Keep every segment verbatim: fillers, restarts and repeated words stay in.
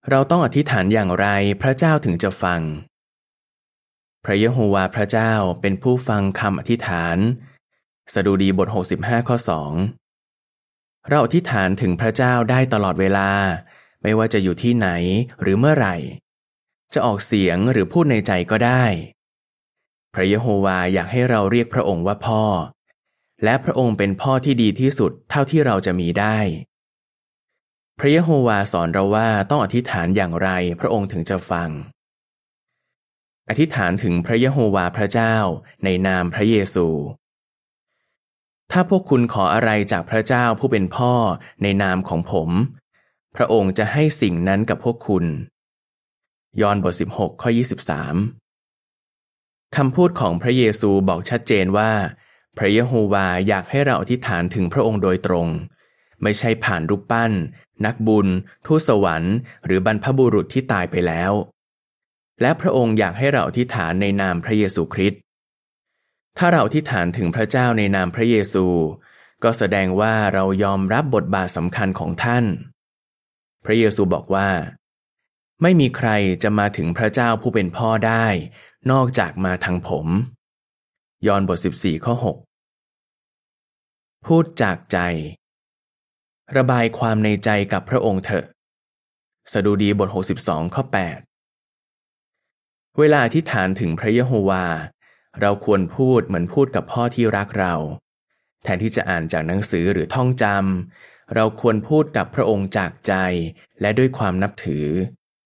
เราต้องอธิษฐานอย่างไรพระเจ้าถึงจะฟังพระยะโฮวาห์พระเจ้าเป็นผู้ฟังคำอธิษฐานสดุดีบทหกสิบห้าข้อสองเราอธิษฐานถึงพระเจ้าได้ตลอดเวลาไม่ว่าจะอยู่ที่ไหนหรือเมื่อไหร่จะออกเสียงหรือพูดในใจก็ได้พระยะโฮวาห์อยากให้เราเรียกพระองค์ว่าพ่อและพระองค์เป็นพ่อที่ดีที่สุดเท่าที่เราจะมีได้พระยะโฮวาห์สอนเราว่าต้องอธิษฐานอย่างไรพระองค์ถึงจะฟังอธิษฐานถึงพระยะโฮวาห์พระเจ้าในนามพระเยซูถ้าพวกคุณขออะไรจากพระเจ้าผู้เป็นพ่อในนามของผมพระองค์จะให้สิ่งนั้นกับพวกคุณยอห์นบทสิบหกข้อยี่สิบสามคำพูดของพระเยซูบอกชัดเจนว่าพระยะโฮวาห์อยากให้เราอธิษฐานถึงพระองค์โดยตรงไม่ใช่ผ่านรูปปั้นนักบุญทูตสวรรค์หรือบรรพบุรุษที่ตายไปแล้วและพระองค์อยากให้เราอธิษฐานในนามพระเยซูคริสต์ถ้าเราอธิษฐานถึงพระเจ้าในนามพระเยซูก็แสดงว่าเรายอมรับบทบาทสำคัญของท่านพระเยซูบอกว่าไม่มีใครจะมาถึงพระเจ้าผู้เป็นพ่อได้นอกจากมาทางผมยอห์นบทสิบสี่ข้อหกพูดจากใจระบายความในใจกับพระองค์เถอะสดุดีบทหกสิบสองข้อแปดเวลาอธิษฐานถึงพระยะโฮวาห์เราควรพูดเหมือนพูดกับพ่อที่รักเราแทนที่จะอ่านจากหนังสือหรือท่องจำเราควรพูดกับพระองค์จากใจและด้วยความนับถือ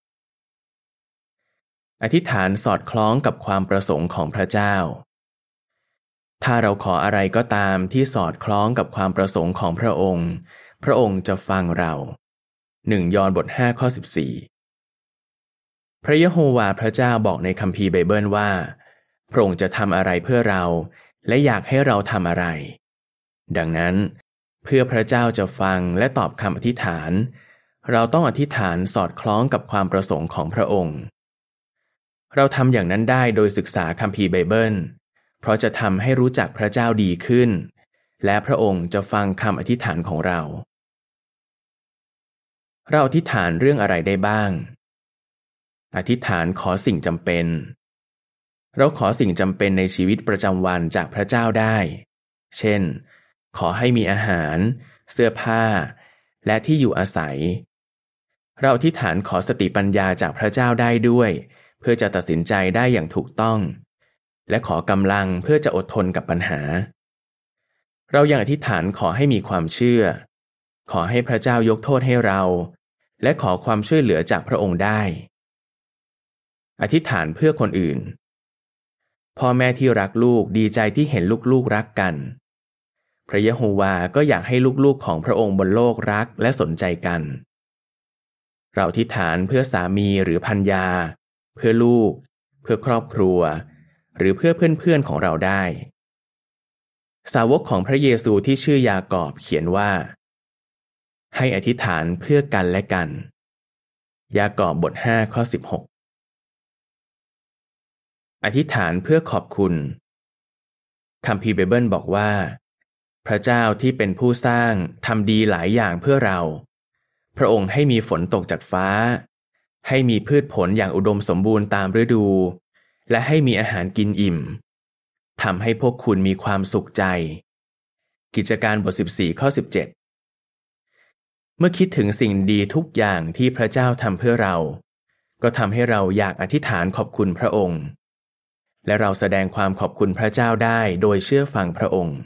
อธิษฐานสอดคล้องกับความประสงค์ของพระเจ้าถ้าเราขออะไรก็ตามที่สอดคล้องกับความประสงค์ของพระองค์พระองค์จะฟังเราหนึ่งยอห์นบทห้าข้อสิบสี่พระยะโฮวาห์พระเจ้าบอกในคัมภีร์ไบเบิลว่าพระองค์จะทำอะไรเพื่อเราและอยากให้เราทำอะไรดังนั้นเพื่อพระเจ้าจะฟังและตอบคำอธิษฐานเราต้องอธิษฐานสอดคล้องกับความประสงค์ของพระองค์เราทำอย่างนั้นได้โดยศึกษาคัมภีร์ไบเบิลเพราะจะทำให้รู้จักพระเจ้าดีขึ้นและพระองค์จะฟังคำอธิษฐานของเราเราอธิษฐานเรื่องอะไรได้บ้างอธิษฐานขอสิ่งจำเป็นเราขอสิ่งจำเป็นในชีวิตประจำวันจากพระเจ้าได้เช่นขอให้มีอาหารเสื้อผ้าและที่อยู่อาศัยเราอธิษฐานขอสติปัญญาจากพระเจ้าได้ด้วยเพื่อจะตัดสินใจได้อย่างถูกต้องและขอกำลังเพื่อจะอดทนกับปัญหาเรายังอธิษฐานขอให้มีความเชื่อขอให้พระเจ้ายกโทษให้เราและขอความช่วยเหลือจากพระองค์ได้อธิษฐานเพื่อคนอื่นพ่อแม่ที่รักลูกดีใจที่เห็นลูกๆรักกันพระยะโฮวาห์ก็อยากให้ลูกๆของพระองค์บนโลกรักและสนใจกันเราอธิษฐานเพื่อสามีหรือภรรยาเพื่อลูกเพื่อครอบครัวหรือเพื่อเพื่อนๆของเราได้สาวกของพระเยซูที่ชื่อยากอบเขียนว่าให้อธิษฐานเพื่อกันและกันยากอบบทห้าข้อสิบหกอธิษฐานเพื่อขอบคุณคัมภีร์ไบเบิลบอกว่าพระเจ้าที่เป็นผู้สร้างทำดีหลายอย่างเพื่อเราพระองค์ให้มีฝนตกจากฟ้าให้มีพืชผลอย่างอุดมสมบูรณ์ตามฤดูและให้มีอาหารกินอิ่มทำให้พวกคุณมีความสุขใจกิจการบทสิบสี่ข้อสิบเจ็ดเมื่อคิดถึงสิ่งดีทุกอย่างที่พระเจ้าทำเพื่อเราก็ทำให้เราอยากอธิษฐานขอบคุณพระองค์และเราแสดงความขอบคุณพระเจ้าได้โดยเชื่อฟังพระองค์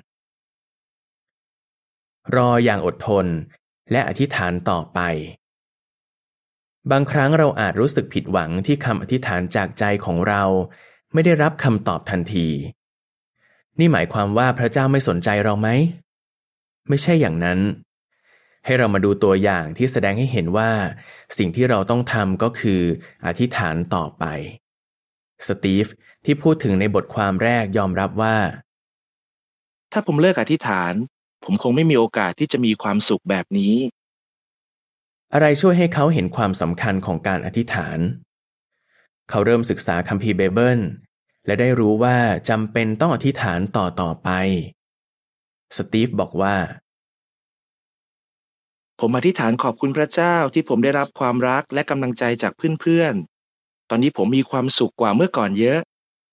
รออย่างอดทนและอธิษฐานต่อไปบางครั้งเราอาจรู้สึกผิดหวังที่คำอธิษฐานจากใจของเราไม่ได้รับคำตอบทันทีนี่หมายความว่าพระเจ้าไม่สนใจเราไหมไม่ใช่อย่างนั้นให้เรามาดูตัวอย่างที่แสดงให้เห็นว่าสิ่งที่เราต้องทำก็คืออธิษฐานต่อไปสตีฟที่พูดถึงในบทความแรกยอมรับว่าถ้าผมเลิกอธิษฐานผมคงไม่มีโอกาสที่จะมีความสุขแบบนี้อะไรช่วยให้เขาเห็นความสำคัญของการอธิษฐานเขาเริ่มศึกษาคัมภีร์ไบเบิลและได้รู้ว่าจำเป็นต้องอธิษฐานต่อต่อไปสตีฟบอกว่าผมอธิษฐานขอบคุณพระเจ้าที่ผมได้รับความรักและกำลังใจจากเพื่อนๆตอนนี้ผมมีความสุขกว่าเมื่อก่อนเยอะ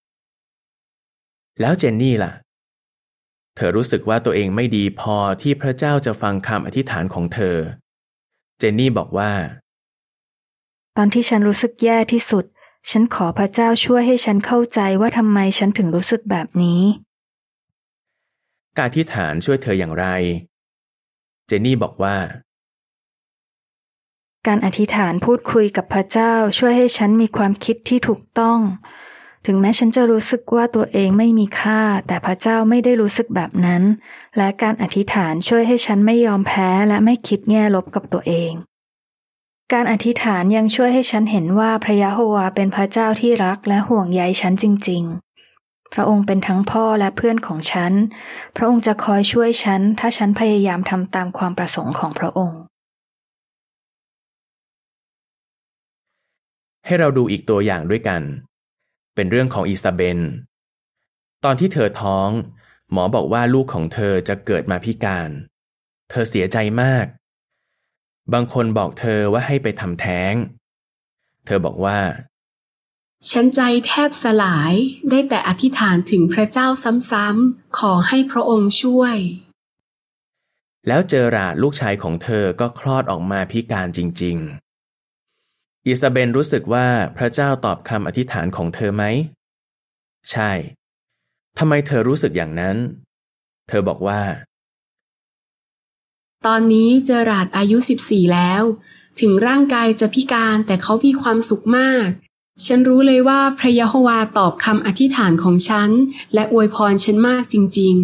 แล้วเจนนี่ล่ะเธอรู้สึกว่าตัวเองไม่ดีพอที่พระเจ้าจะฟังคำอธิษฐานของเธอเจนนี่บอกว่าตอนที่ฉันรู้สึกแย่ที่สุดฉันขอพระเจ้าช่วยให้ฉันเข้าใจว่าทำไมฉันถึงรู้สึกแบบนี้การอธิษฐานช่วยเธออย่างไรเจนนี่บอกว่าการอธิษฐานพูดคุยกับพระเจ้าช่วยให้ฉันมีความคิดที่ถูกต้องถึงแม้ฉันจะรู้สึกว่าตัวเองไม่มีค่าแต่พระเจ้าไม่ได้รู้สึกแบบนั้นและการอธิษฐานช่วยให้ฉันไม่ยอมแพ้และไม่คิดแง่ลบกับตัวเองการอธิษฐานยังช่วยให้ฉันเห็นว่าพระยะโฮวาเป็นพระเจ้าที่รักและห่วงใยฉันจริงๆพระองค์เป็นทั้งพ่อและเพื่อนของฉันพระองค์จะคอยช่วยฉันถ้าฉันพยายามทำตามความประสงค์ของพระองค์ให้เราดูอีกตัวอย่างด้วยกันเป็นเรื่องของอิซาเบลตอนที่เธอท้องหมอบอกว่าลูกของเธอจะเกิดมาพิการเธอเสียใจมากบางคนบอกเธอว่าให้ไปทำแท้งเธอบอกว่าฉันใจแทบสลายได้แต่อธิษฐานถึงพระเจ้าซ้ำๆขอให้พระองค์ช่วยแล้วเจอราดลูกชายของเธอก็คลอดออกมาพิการจริงๆอิซาเบลรู้สึกว่าพระเจ้าตอบคำอธิษฐานของเธอไหมใช่ทำไมเธอรู้สึกอย่างนั้นเธอบอกว่าตอนนี้เจอราดอายุสิบสี่แล้วถึงร่างกายจะพิการแต่เขามีความสุขมากฉันรู้เลยว่าพระยะโฮวาตอบคำอธิษฐานของฉันและอวยพรฉันมากจริง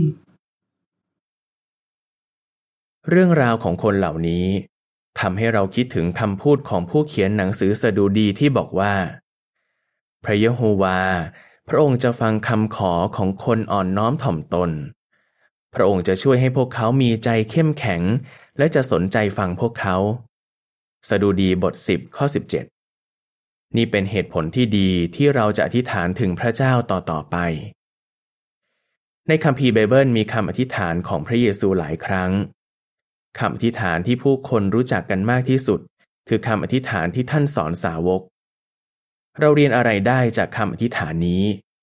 ๆเรื่องราวของคนเหล่านี้ทำให้เราคิดถึงคำพูดของผู้เขียนหนังสือสดุดีที่บอกว่าพระยะโฮวาพระองค์จะฟังคำขอของคนอ่อนน้อมถ่อมตนพระองค์จะช่วยให้พวกเขามีใจเข้มแข็งและจะสนใจฟังพวกเขาสดุดีบทสิบข้อสิบเจ็ดนี่เป็นเหตุผลที่ดีที่เราจะอธิษฐานถึงพระเจ้าต่อๆไปในคัมภีร์ไบเบิลมีคำอธิษฐานของพระเยซูหลายครั้งคำอธิษฐานที่ผู้คนรู้จักกันมากที่สุดคือคำอธิษฐานที่ท่านสอนสาวกเราเรียนอะไรได้จากคำอธิษฐานนี้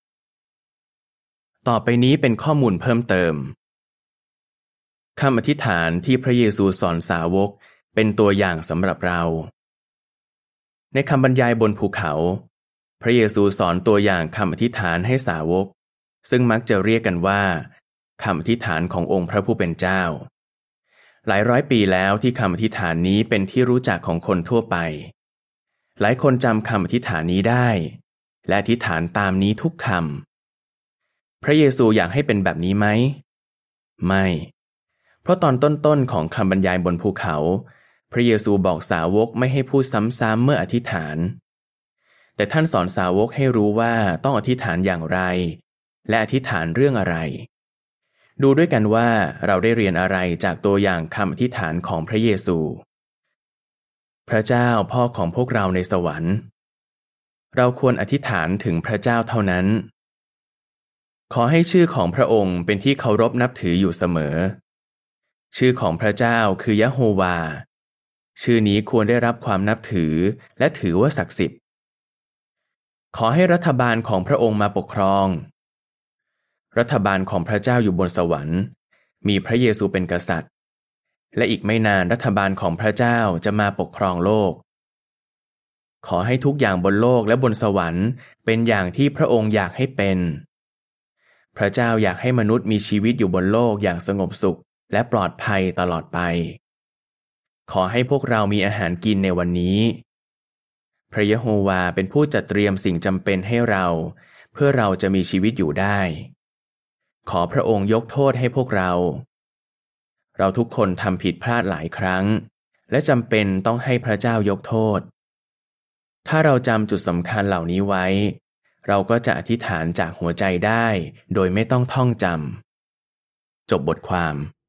ต่อไปนี้เป็นข้อมูลเพิ่มเติมคำอธิษฐานที่พระเยซูสอนสาวกเป็นตัวอย่างสำหรับเราในคำบรรยายบนภูเขาพระเยซูสอนตัวอย่างคำอธิษฐานให้สาวกซึ่งมักจะเรียกกันว่าคำอธิษฐานขององค์พระผู้เป็นเจ้าหลายร้อยปีแล้วที่คำอธิษฐานนี้เป็นที่รู้จักของคนทั่วไปหลายคนจำคำอธิษฐานนี้ได้และอธิษฐานตามนี้ทุกคำพระเยซูอยากให้เป็นแบบนี้ไหมไม่เพราะตอนต้นๆของคำบรรยายบนภูเขาพระเยซูบอกสาวกไม่ให้พูดซ้ำๆเมื่ออธิษฐานแต่ท่านสอนสาวกให้รู้ว่าต้องอธิษฐานอย่างไรและอธิษฐานเรื่องอะไรดูด้วยกันว่าเราได้เรียนอะไรจากตัวอย่างคำอธิษฐานของพระเยซูพระเจ้าพ่อของพวกเราในสวรรค์เราควรอธิษฐานถึงพระเจ้าเท่านั้นขอให้ชื่อของพระองค์เป็นที่เคารพนับถืออยู่เสมอชื่อของพระเจ้าคือยะโฮวาชื่อนี้ควรได้รับความนับถือและถือว่าศักดิ์สิทธิ์ขอให้รัฐบาลของพระองค์มาปกครองรัฐบาลของพระเจ้าอยู่บนสวรรค์มีพระเยซูเป็นกษัตริย์และอีกไม่นานรัฐบาลของพระเจ้าจะมาปกครองโลกขอให้ทุกอย่างบนโลกและบนสวรรค์เป็นอย่างที่พระองค์อยากให้เป็นพระเจ้าอยากให้มนุษย์มีชีวิตอยู่บนโลกอย่างสงบสุขและปลอดภัยตลอดไปขอให้พวกเรามีอาหารกินในวันนี้พระยะโฮวาเป็นผู้จัดเตรียมสิ่งจำเป็นให้เราเพื่อเราจะมีชีวิตอยู่ได้ขอพระองค์ยกโทษให้พวกเราเราทุกคนทำผิดพลาดหลายครั้งและจำเป็นต้องให้พระเจ้ายกโทษถ้าเราจำจุดสำคัญเหล่านี้ไว้เราก็จะอธิษฐานจากหัวใจได้โดยไม่ต้องท่องจำจบบทความ